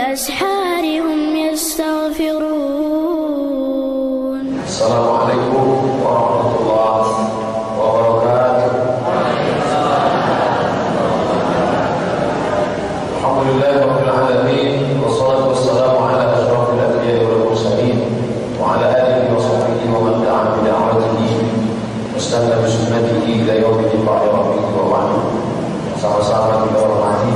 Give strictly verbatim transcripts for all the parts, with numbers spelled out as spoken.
وبالأسحار هم يستغفرون. السلام عليكم ورحمة الله وبركاته. الحمد لله رب العالمين، والصلاة والسلام على أشرف الأنبياء والمرسلين وعلى آله وصحبه ومن دعا بدعوته واستنى بسنته إلى يوم لقاء ربه وبعد. Sama-sama kita hormati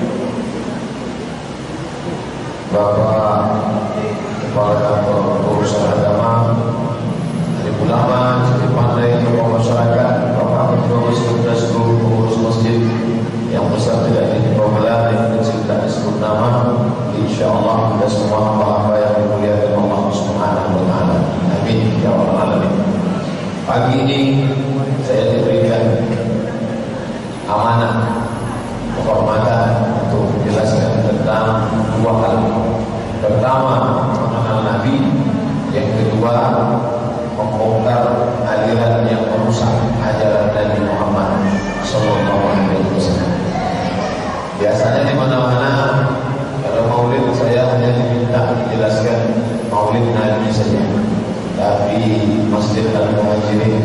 Bapak Kepala Kantor Urusan Agama, dari ulama, dari pandai, tokoh masyarakat, Bapak Ketua Masjid dan seluruh pengurus masjid yang besar tidak diperbelah dan kecil tidak disebut nama. InsyaAllah kita semua hamba-hamba yang dimuliakan Allah Subhanahu wa Ta'ala. Amin ya rabbal alamin. Pagi ini saya diberikan amanah kehormatan untuk menjelaskan tentang dua hal. Pertama, mengenal Nabi. Yang kedua, membongkar aliran yang merusak ajaran Nabi Muhammad Sallallahu Alaihi Wasallam. Biasanya di mana-mana kalau maulid saya hanya diminta menjelaskan maulid Nabi saja. Tapi Masjid Al-Muhajirin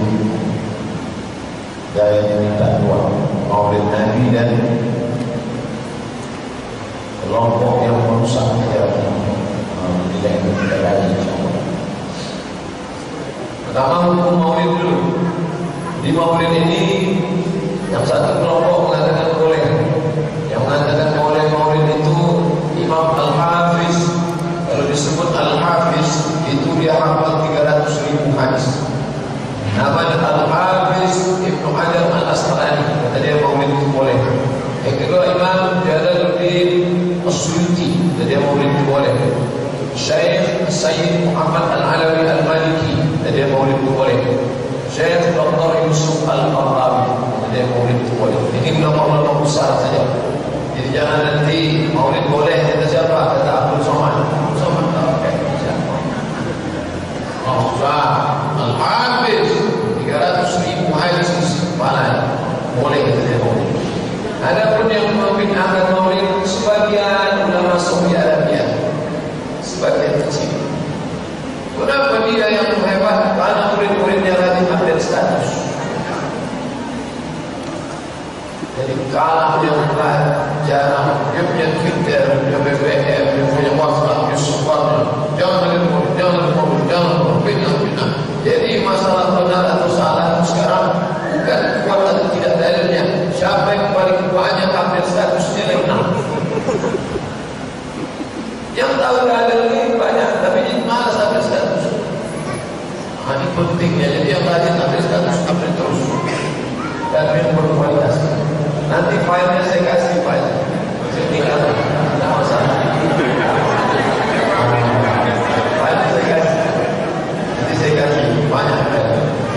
saya diminta dua, maulid Nabi dan kelompok yang merusak ajaran Nabi. Tidak itu tidak lagi. Pertama hukum maulid dulu. Di maulid ini yang satu kelompok mengatakan boleh, yang mengatakan boleh maulid itu Imam Al-Hafiz. Kalau disebut Al-Hafiz itu dia hafal tiga ratus ribu hadis. Namanya Al-Hafiz Ibnu Hajar Al-Asqalani. Kata dia maulid itu boleh. Yang kedua Imam Jalaluddin As-Suyuti. Kata dia maulid itu boleh. Syekh Sayyid Muhammad Al-Alawi Al-Maliki. Kata dia maulid itu boleh. Syekh Doktor Yusuf Al-Qardawi. Kata dia maulid itu boleh. Ini ulama-ulama besar saja. Jadi jangan nanti maulid boleh kata siapa? Kata Abdul Somad. Abdul Somad tak pakai siapa? Oh, Al-Hafiz tiga ratus ribu hadis paling boleh kata dia maulid. Adapun yang membid'ahkan maulid sebagian ulama Saudi Arabia, sebagian kecil. Kenapa dia yang hebat? Karena murid-muridnya rajin update status. Jadi kalah dia mulai jarang. Dia punya Twitter, dia B B M, dia punya WhatsApp, dia sebarnya. Jangan ada murid, jangan ada murid, jangan ada murid, jangan. Jadi masalah benar atau salah itu sekarang bukan kuat atau tidak dalilnya. Siapa yang paling banyak update statusnya yang enam? Yang tahu dalil ini banyak, tapi ini malas update status. Nah, ini pentingnya. Jadi yang rajin update status, update terus. Dan yang berkualitas. Nanti filenya saya kasih file. Saya tinggal, tidak masalah. Filenya saya kasih. Nanti saya kasih banyak file.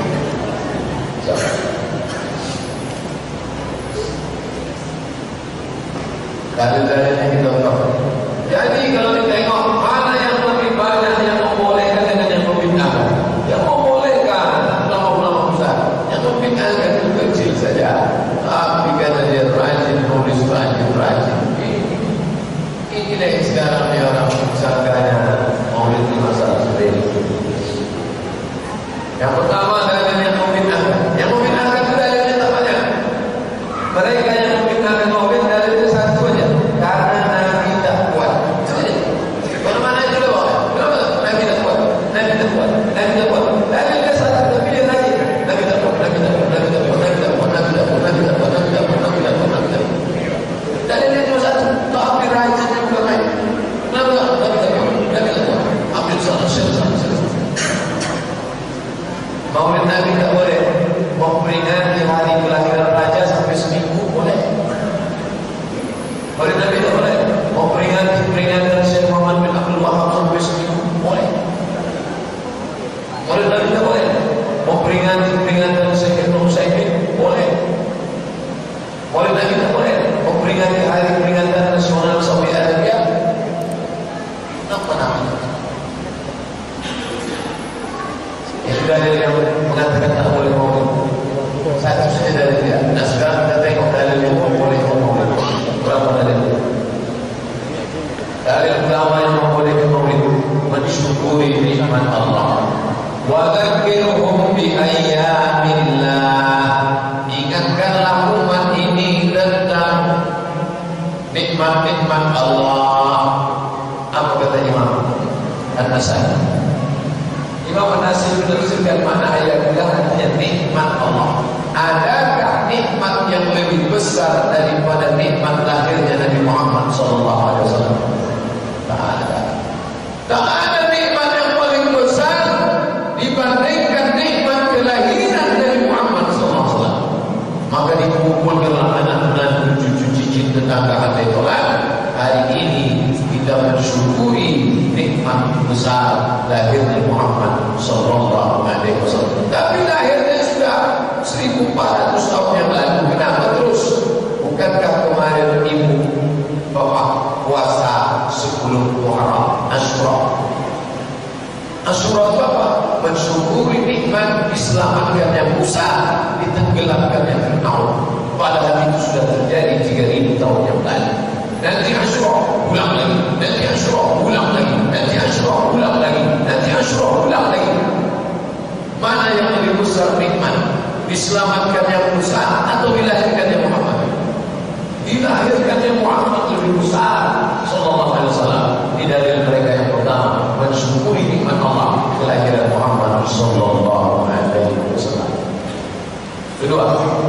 Dalil-dalilnya kita tahu. Jadi kalau kita tengok mana yang lebih banyak yang membolehkan dengan yang membid'ahkan. Yang membolehkan ulama-ulama besar. Yang membid'ahkan itu kecil saja. Tapi kata dia rajin nulis, rajin, rajin. Ini yang sekarang ni orang sangkanya maulid di masalah seperti itu. Yang pertama dalil yang membid'ahkan. Yang membid'ahkan itu dalilnya tak banyak. Mereka yang membid'ahkan maulid dalilnya satu saja. Karena Nabi tak kuat. Kalau mana itu lewat? Kenapa Nabi tak kuat? Nabi tak kuat. Nabi tak kuat. Dalilnya satu tapi dia lagi. Nabi tak kuat. Nabi tak kuat. Nabi tak kuat. Nabi tak kuat. Nabi tak kuat. Nabi tak kuat. Nabi tak kuat. Nabi tak kuat. Nabi tak kuat. Dalilnya cuma satu. Tapi rajinnya bukan lain. Kenapa? Nabi tak kuat. Nabi tak kuat. Ambil salah. Salah. Salah. Maulid Nabi tak boleh memperingati hari kelahiran raja sampai seminggu boleh. nikmat Allah. Wa dzakirhum bi ayyamillah. Ingatkanlah umat ini tentang nikmat-nikmat Allah. Apa kata Imam An-Nasai? Imam An-Nasai menafsirkan makna ayat ini artinya nikmat Allah. Adakah nikmat yang lebih besar daripada nikmat lahirnya Nabi Muhammad sallallahu alaihi wasallam? Tak ada. Tak ada nikmat yang paling besar dibandingkan nikmat kelahiran Nabi Muhammad sallallahu alaihi wasallam. Maka dikumpulkanlah anak-anak, cucu cicit, tetangga, hati tolak. Hari ini kita mensyukuri nikmat besar lahirnya Muhammad sallallahu alaihi wasallam. Tapi lahirnya sudah seribu empat ratus tahun yang lalu. Kenapa terus? Bukankah kemarin ibu bapak puasa sepuluh Muharram Asyura? Asyura itu apa? Mensyukuri nikmat diselamatkannya Musa, ditenggelamkannya Fir'aun. Padahal itu sudah terjadi tiga ribu tahun yang lalu. Nanti Asyura ulang lagi, nanti Asyura ulang lagi, nanti Asyura ulang lagi, nanti Asyura ulang lagi. Mana yang lebih besar nikmat? Diselamatkannya Musa atau dilahirkannya Muhammad? Dilahirkannya Muhammad lebih besar sallallahu alaihi wasallam. Ini dari mereka yang pertama mensyukuri nikmat Allah kelahiran Muhammad sallallahu alaihi wasallam. Kedua,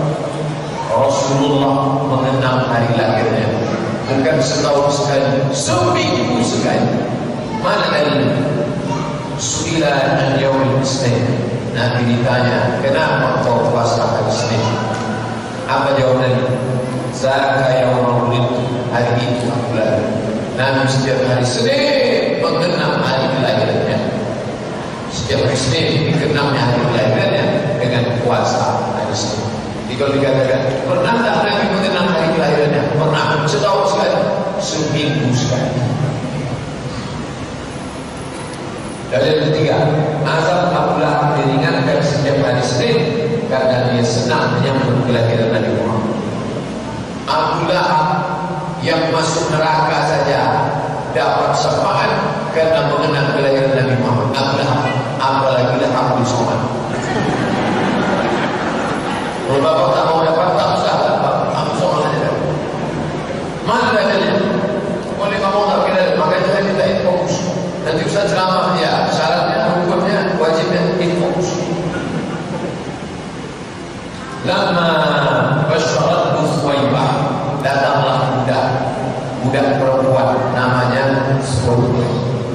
Rasulullah mengenang hari lahirnya bukan setahun sekali, seminggu sekali. Mana dalilnya? Su'ilan an yaumil Isnin. Nabi ditanya, kenapa kau puasa hari Senin? Apa jawabannya? Zaka yaumul wulidtu, hari itu aku lahir. Nabi setiap hari Senin mengenang hari kelahirannya. Setiap hari Senin dikenangnya hari kelahirannya dengan puasa hari Senin. Jadi kalau dikatakan, pernah tak Nabi mengenang hari kelahirannya? Pernah, setahun sekali, seminggu sekali. Dan yang ketiga, azab Abu Lahab diringankan setiap hari Senin karena dia senang menyambut kelahiran Nabi Muhammad. Abu Lahab yang masuk neraka saja dapat syafaat karena mengenang kelahiran Nabi Muhammad. Abu Lahab, apalagi Lahab bin Somad. Kalau bapak tak mau dapat, tak usah dapat. Abu Somad saja. Mana dalilnya? Boleh ngomong tak kira, makanya saya minta fokus. Nanti Ustaz ceramah, ya syaratnya, hukumnya, wajibnya fokus. Lama basyarat Suwaibah, datanglah budak, budak perempuan namanya Suwaibah.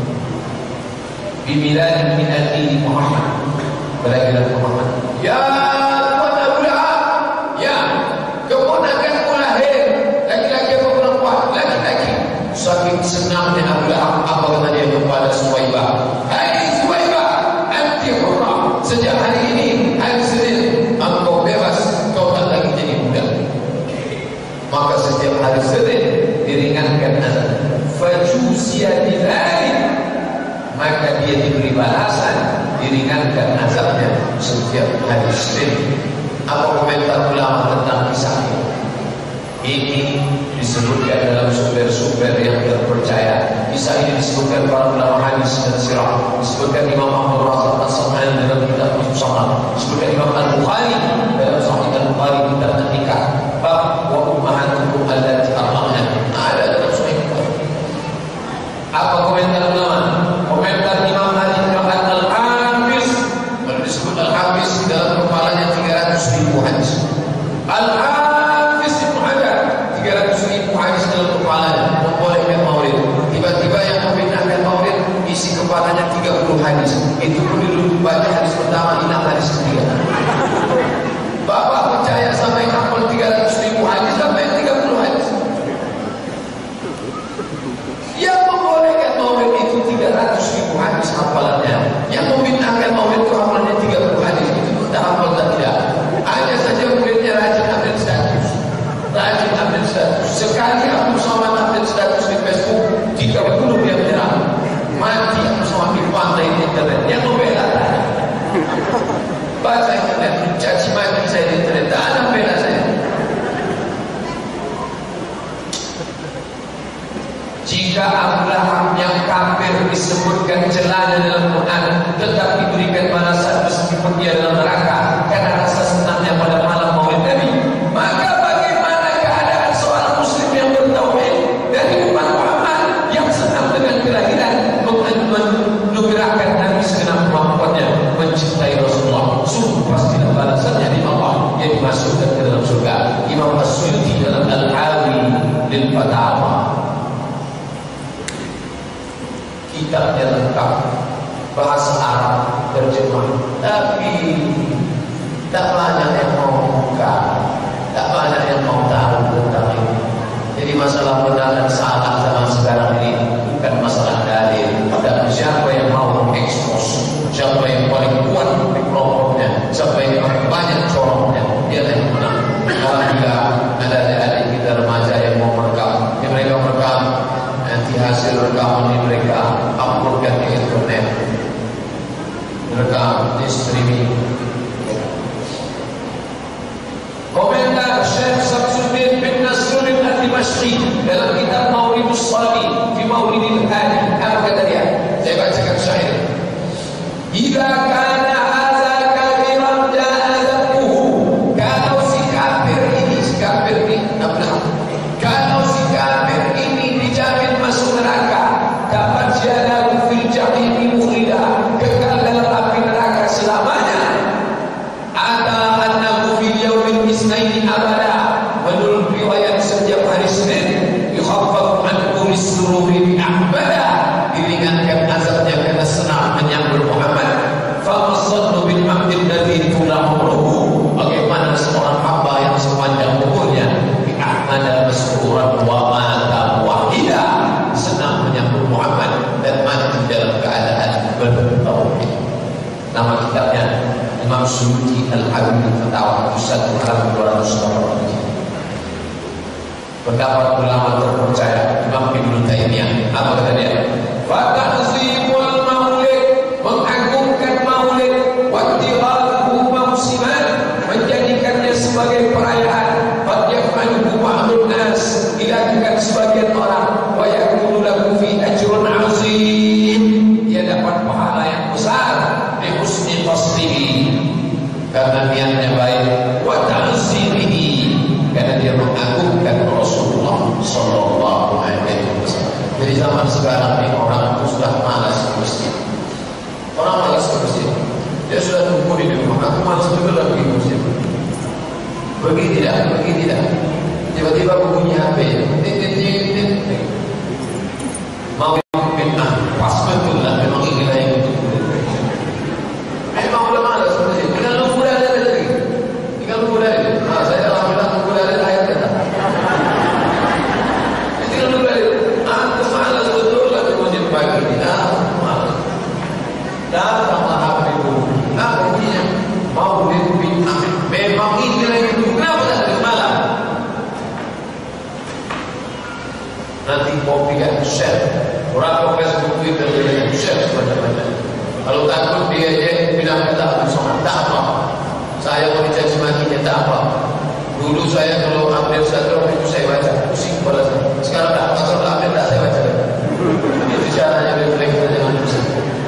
Bimilad min al-Idi Muhammad, kelahiran Muhammad. Ya Tuan Abu Lahab, ya keponakanku lahir, laki-laki apa perempuan? Laki-laki. Saking senangnya Abu Lahab, apa kata dia kepada Suwaibah? Hai Suwaibah, anti hurrah. Sejak hari ini, hari Senin, engkau bebas, kau tak lagi jadi budak. Maka setiap hari Senin diringankan azab. Fajusia dilari, maka dia diberi balasan, diringankan azabnya setiap hari Senin. Apa komentar ulama tentang kisah ini? Ini disebutkan dalam sumber-sumber yang terpercaya. Kisah ini disebutkan para ulama hadis dan sirah. Disebutkan Imam Ahmad Razak As-Sam'ani dalam kitab Musannaf. Disebutkan Imam Al-Bukhari dalam Sahih Al-Bukhari kitab An-Nikah. Bab wa ummahatukum allati arhamna. Ada dalam Sahih Bukhari. Apa komentar ulama? Komentar Imam Hadis Al-Hafiz. Kalau disebut Al-Hafiz dalam kepalanya tiga ratus ribu hadis. Al-Hafiz Ibnu Hajar tiga ratus ribu hadis dalam kepalanya membolehkan maulid. Tiba-tiba yang memindahkan maulid isi kepalanya tiga puluh hadis. Itu pun dulu baca hadis pertama, ingat hadis ketiga. Bapak percaya sampai hafal tiga ratus ribu hadis sampai tiga puluh hadis. Yang membolehkan maulid itu tiga ratus ribu hadis hafalannya. Yang memindahkan maulid itu hafalannya tiga puluh hadis. Itu sudah hafal tak tidak? Hanya saja muridnya rajin update status. Rajin update status. Sekali aku sama update status di Facebook, tiga puluh yang menyerang. Mati aku sama di pantai di internet. Yang membela. Baca internet, caci maki saya di internet. Tak ada bela saya. Jika Abu Lahab yang kafir disebutkan celana dalam Quran, tetap diberikan balasan meskipun dia dalam neraka karena rasa senangnya pada malam maulid Nabi. Maka bagaimana keadaan seorang muslim yang bertauhid dari umat Muhammad yang senang dengan kelahiran, menugerahkan Nabi segenap kemampuannya, mencintai Rasulullah, sungguh pasti balasannya di Allah, yang dimasukkan ke dalam surga. Imam As-Suyuti dalam Al-Hawi lil Fatawa, kitabnya lengkap, bahasa Arab terjemah, tapi tak banyak yang mau buka, tak banyak yang mau tahu tentang ini. Jadi masalah benar dan salah zaman sekarang ini bukan masalah dalil, tapi siapa yang mau mengekspos, siapa yang paling kuat di kelompoknya, siapa yang paling banyak corongnya, dia yang menang. Alhamdulillah ada adik-adik kita remaja yang mau merekam, yang mereka merekam, nanti hasil rekaman ini mereka uploadkan di internet, merekam di streaming. Komentar Syekh Samsuddin bin Nasruddin Al-Dimashqi dalam kitab Mawlidus Sabi fi Mawlidil Hadi, apa kata dia? Saya bacakan syair. Jika kana hadza kafiran ja'azabuhu, kalau si kafir ini, si kafir ini, kalau si kafir ini dijamin masuk neraka, dapat jalan fil jahim mukhlida, kekal dalam api neraka selamanya. Ada annahu fil yaumil isnaini abada, menurut riwayat setiap hari Senin, yukhaffaf anhu lis-sururi bi ahmada, diringankan azabnya karena senang menyambut Muhammad. Famassallu bil abdil ladzi tulahu, bagaimana seorang hamba yang sepanjang umurnya bi ahmada masruran wa mata wahida, senang menyambut Muhammad dan mati dalam keadaan bertauhid. Nama kitabnya Imam Suyuti Al-Hawi Fatawa satu halaman dua ratus delapan puluh tujuh. Pendapat ulama terpercaya Imam Ibnu Taimiyah, apa kata dia? Fatahzimul maulid, mengagungkan maulid, wattihaduhu mausiman, menjadikannya sebagai perayaan, fatyaf'aluhu ba'dun nas, dilakukan sebagian orang, wa yakunu lahu fi ajrun 'azim, dia dapat pahala yang besar, bi husni qasdihi, karena niatnya baik, wa ta'zimihi, karena dia mengagungkan Rasulullah sallallahu alaihi wasallam. Jadi zaman sekarang ini orang itu sudah malas ke masjid. Orang malas ke masjid. Dia sudah tunggu di rumah. Aku malas juga lagi ke masjid. Pergi tidak, pergi tidak. Tiba-tiba bunyi H P. Tik tik tik tik. Mau fitnah, pas betul lah. Memang inilah yang betul. Memang udah malas ke masjid. Tinggal nunggu dah ada lagi. Tinggal nunggu dah. Nah, saya alhamdulillah nunggu dah ada ayat kata. Tinggal nunggu dah. Aku malas betul lah ke masjid pagi. Tidak malas. Datanglah H P itu. Nah, bunyinya Maulid bid'ah. Memang inilah yang betul. Kenapa tak malam? Nanti kopi kan share. Orang Facebook Twitter dia share macam-macam. Kalau takut dia je bilang kita bersama, tak apa. Saya mau dicaci makinya tak apa. Dulu saya kalau update satu itu saya baca, pusing kepala saya. Sekarang tak, kalau update tak saya baca. Itu caranya refleks dengan pusing.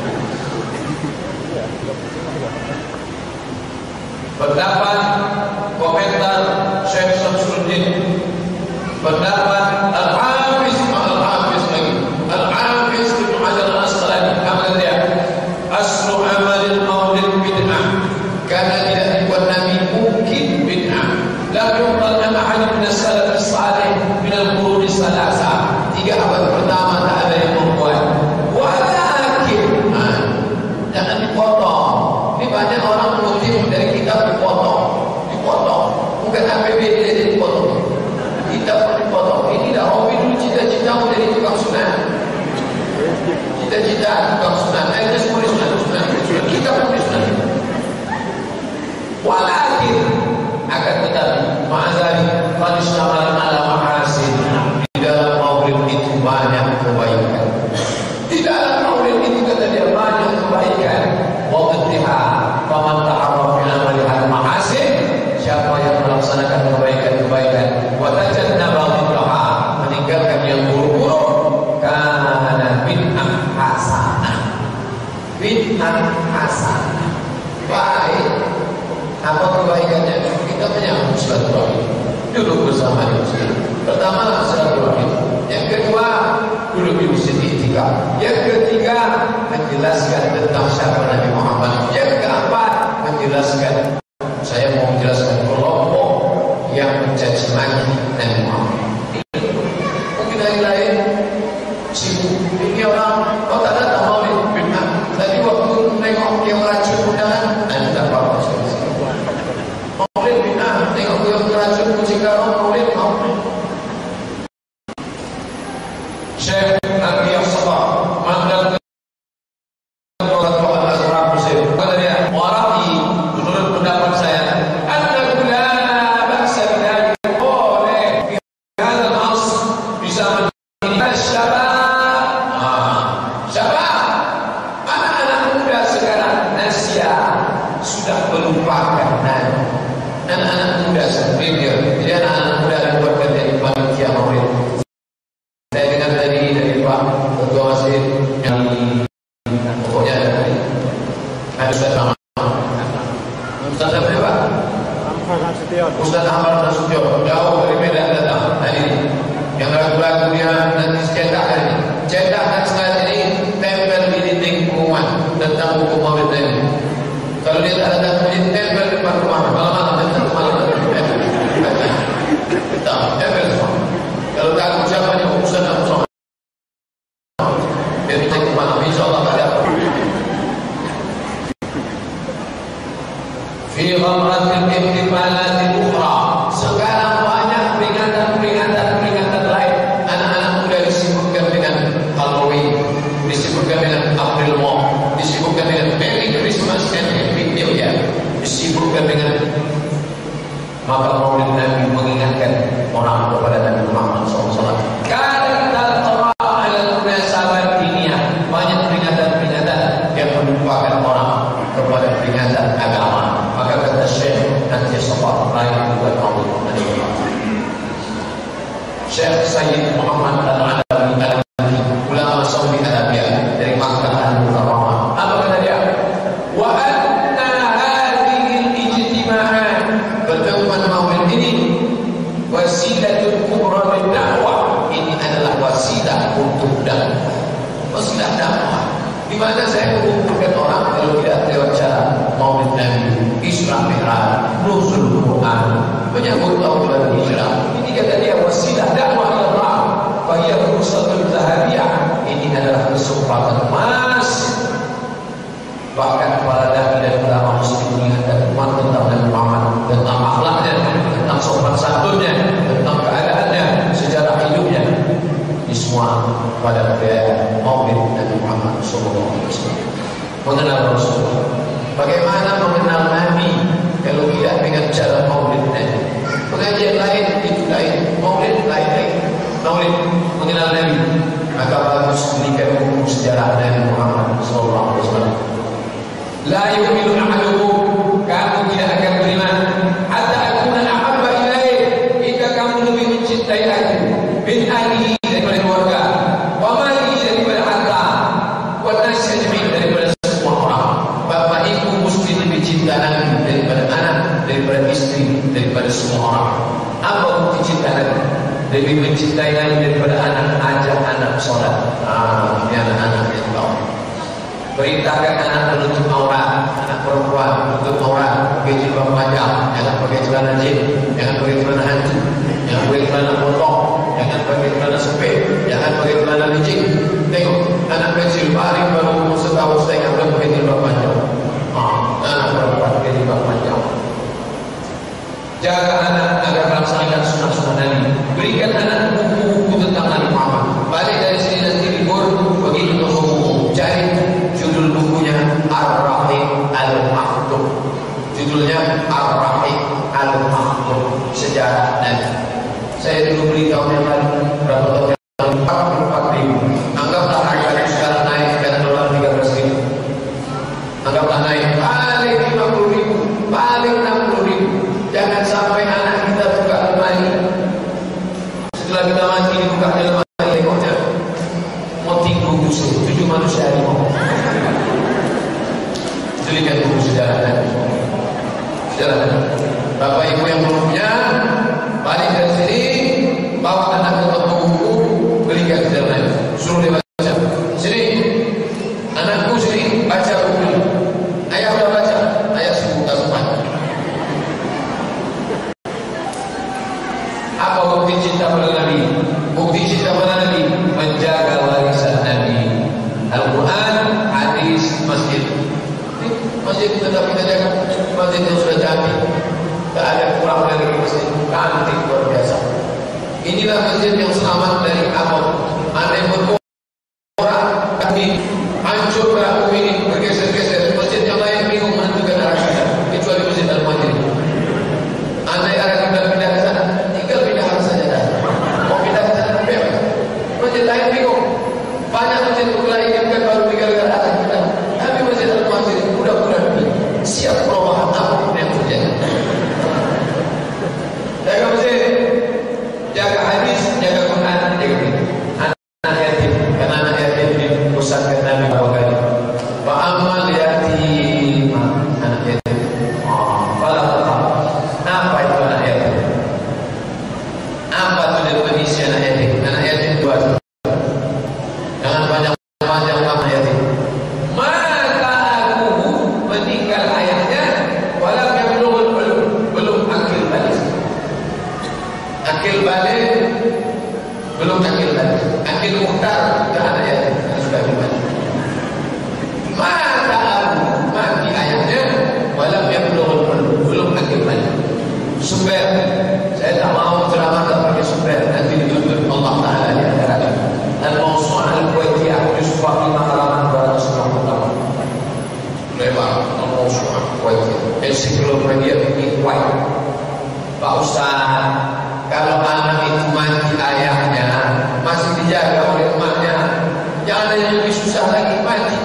Pendapat komentar Syekh Samsuddin, pendapat Al-Hafiz Al-Hafiz lagi Al-Hafiz Ibn Hajar Al-Asqalani, apa dia? Aslu amalil maulid bid'ah, karena tidak dibuat Nabi mungkin bid'ah. La yuqal an ahad min as-salaf as-salih min al-qurun as-salasa, tiga abad pertama tak ada yang membuat. Walakin jangan dipotong. Ini banyak orang mengutip dari kitab dipotong, dipotong. Bukan A P B D dipotong. Kitab dipotong. Ini dah hobi dulu cita-cita mau jadi tukang sunat. Cita-cita tukang sunat. Eh, just boleh sunat, sunat, sunat. Kita pun boleh sunat. Walakin akan tetapi ma'azali qad ishtamalat ala mahasin, di dalam maulid itu banyak kebaikan. Di dalam maulid itu kata dia banyak kebaikan. Wa qaddiha faman ta'arraf fi amaliha mahasin, siapa yang melaksanakan kebaikan-kebaikan wa tajannaba dhikra, meninggalkan yang buruk-buruk, kana bid'ah hasanah, duduk bersama di masjid. Pertama, silaturahim. Yang kedua, duduk di masjid i'tikaf. Yang ketiga, menjelaskan tentang siapa Nabi Muhammad. Yang keempat, menjelaskan, saya mau menjelaskan kelompok yang mencaci maki Nabi Muhammad. Mungkin hari lain sibuk. Ini orang, oh tak datang maulid bid'ah. Tadi waktu tengok yang racun undangan, anda apa maulid bid'ah. Tengok yang racun kucing garong, maulid maulid. Syekh Nabi As-Sabah mandang orang Tuhan Azhar Muslim. Kata dia, warahi, menurut pendapat saya, anda gula bangsa dari boleh di hadal as bisa menjadi syabab. Syabab, anak-anak muda sekarang nasia sudah melupakan anak-anak muda sebenarnya. Jadi anak-anak muda yang buatkan dari panitia maulid. Saya dengar tadi dari Pak Ketua Masjid yang pokoknya ada tadi ada Ustaz Rahman, Ustaz siapa ya Pak? Ustaz Ahmad Nasution jauh dari Medan datang tadi. Yang ragu-ragu dia nanti cetak tadi, cetak dan sengaja ini tempel di dinding rumah tentang hukum maulid ini. Kalau dia tak ada masjid, tempel di depan rumah malam-malam tentang malam tentang tempel semua. Kalau tak ucapan yang urusan dan usaha biar kita kemana, insyaAllah tak ada apa. Fi ghamratil ihtifalatil ukhra. Sekarang banyak peringatan-peringatan peringatan lain. Anak-anak muda disibukkan dengan Halloween, disibukkan dengan April Mop, disibukkan dengan Merry Christmas and Happy New Year, disibukkan dengan maka maulid Nabi mengingatkan orang kepada Nabi Muhammad shallallahu alaihi wasallam. Karena tara ala munasabat dunia, banyak peringatan-peringatan yang melupakan orang kepada peringatan agama. Maka kata Syekh nanti sebab lain buat maulid Nabi Muhammad. Syekh Sayyid Muhammad Al-Alawi Al-Alawi ulama Saudi Arabia dari Makkah Al-Mukarramah. Apa kata dia? Wa anna hadhihi al-ijtima'at, pertemuan maulid ini wasilatul kubra dakwah. Ini adalah wasilah untuk dakwah, wasilah dakwah. Di mana saya mengumpulkan orang kalau tidak lewat cara maulid Nabi, Isra Mi'raj, nuzul Quran, menyambut tahun baru Hijrah. Ini kata dia wasilah dakwah ila Allah. Fa hiya fursatul zahabiyah. Ini adalah kesempatan emas. Bahkan para dai dan ulama muslim mengingatkan umat tentang Nabi Muhammad, tentang akhlaknya, tentang sopan santunnya, tentang keadaannya, sejarah hidupnya. Ini semua pada perayaan maulid Nabi Muhammad sallallahu alaihi wasallam. Mengenal Rasulullah. Bagaimana mengenal Nabi kalau tidak dengan cara maulid Nabi? Pengajian lain itu lain, maulid lain lain. Maulid mengenal Nabi, maka bagus berikan buku sejarah Nabi Muhammad sallallahu alaihi wasallam. La yu'minu ahadukum, kamu tidak akan beriman hatta akuna ahabba ilaih, jika kamu lebih mencintai aku min ahlihi, daripada keluarga, wa malihi, daripada harta, wa nasi ajma'in, daripada semua orang. Bapak ibu mesti lebih cinta Nabi daripada anak, daripada istri, daripada semua orang. Apa bukti cinta Nabi? Lebih mencintai Nabi daripada anak, ajak anak sholat. Ah, ini anak-anak yang tahu. Perintahkan anak menutup aurat, anak perempuan menutup aurat, pakai jilbab panjang, jangan pakai celana jin, jangan pakai celana hantu, jangan pakai celana potong, jangan pakai celana sempit, jangan pakai celana licin. Tengok anak kecil paling baru umur setahun setengah belum pakai jilbab panjang. Ah, anak perempuan pakai jilbab panjang. Jaga anak agar melaksanakan sunnah-sunnah Nabi. Berikan anak buku-buku tentang Nabi Muhammad. Balik dari sini nanti libur, pergi ke toko buku, cari judul bukunya Ar-Rahiq Al-Maktum. Judulnya Ar-Rahiq Al-Maktum, sejarah Nabi. Saya dulu beli tahun yang lalu, berapa tahun yang lalu, empat puluh empat ribu. Anggaplah harga sekarang naik karena dolar tiga belas ribu. Anggaplah naik paling lima puluh ribu, paling enam puluh ribu. Jangan sampai anak kita buka lemari, setelah kita mati dibuka lemari, tengoknya moting gugus tujuh manusia harimau. Tuliskan buku sejarah Nabi. Sejarah Nabi. Bapak ibu yang belum punya, balik Apa bukti cinta pada Nabi? Bukti cinta pada Nabi menjaga warisan Nabi. Al-Quran, hadis, masjid. Masjid tetap kita jaga. Masjid yang sudah cantik, tak ada kurang lagi masjid. Cantik luar biasa. Inilah masjid yang selamat dari amal. Ada yang berkorak kami hancur beraku ini bergeser-geser. Masjid yang lain bingung menentukan arah kita, kecuali masjid Al-Muhajirin. Andai arah kita pindah ke sana, tinggal pindah saja dah. Mau pindah ke sana bebas. Masjid lain bingung. Banyak masjid lain yang kan baru tinggal ke arah kita. Tapi masjid Al-Muhajirin mudah-mudahan siap perubahan apapun yang terjadi. Jaga masjid, jaga hadis, jaga Quran, jaga ini. Anak yatim, karena anak yatim dipusatkan Nabi berapa kali. Wa amal yatim, anak yatim. Fala taqab. Apa itu anak yatim? Apa itu definisi anak yatim? Anak yatim dua. Jangan panjang-panjang anak yatim. Maka aku meninggal ayahnya, walau yang belum belum belum akil balik. Akil balik belum akil balik. Akil muhtar ke anak yatim yang sudah balik. Maka aku mati ayahnya, walau yang belum belum belum akil balik. Sumber, saya tak mau ceramah tak pakai sumber, nanti dituntut Allah Taala di akhirat. Al-Mawsu'ah Al-Kuwaitiyah Yusuf lima halaman dua ratus enam puluh delapan. Lebar Al-Mawsu'ah Al-Kuwaitiyah. Ensiklopedia ini Kuwait. Pak Ustaz, kalau anak itu mati ayahnya masih dijaga oleh emaknya, jangan ada yang lebih susah lagi.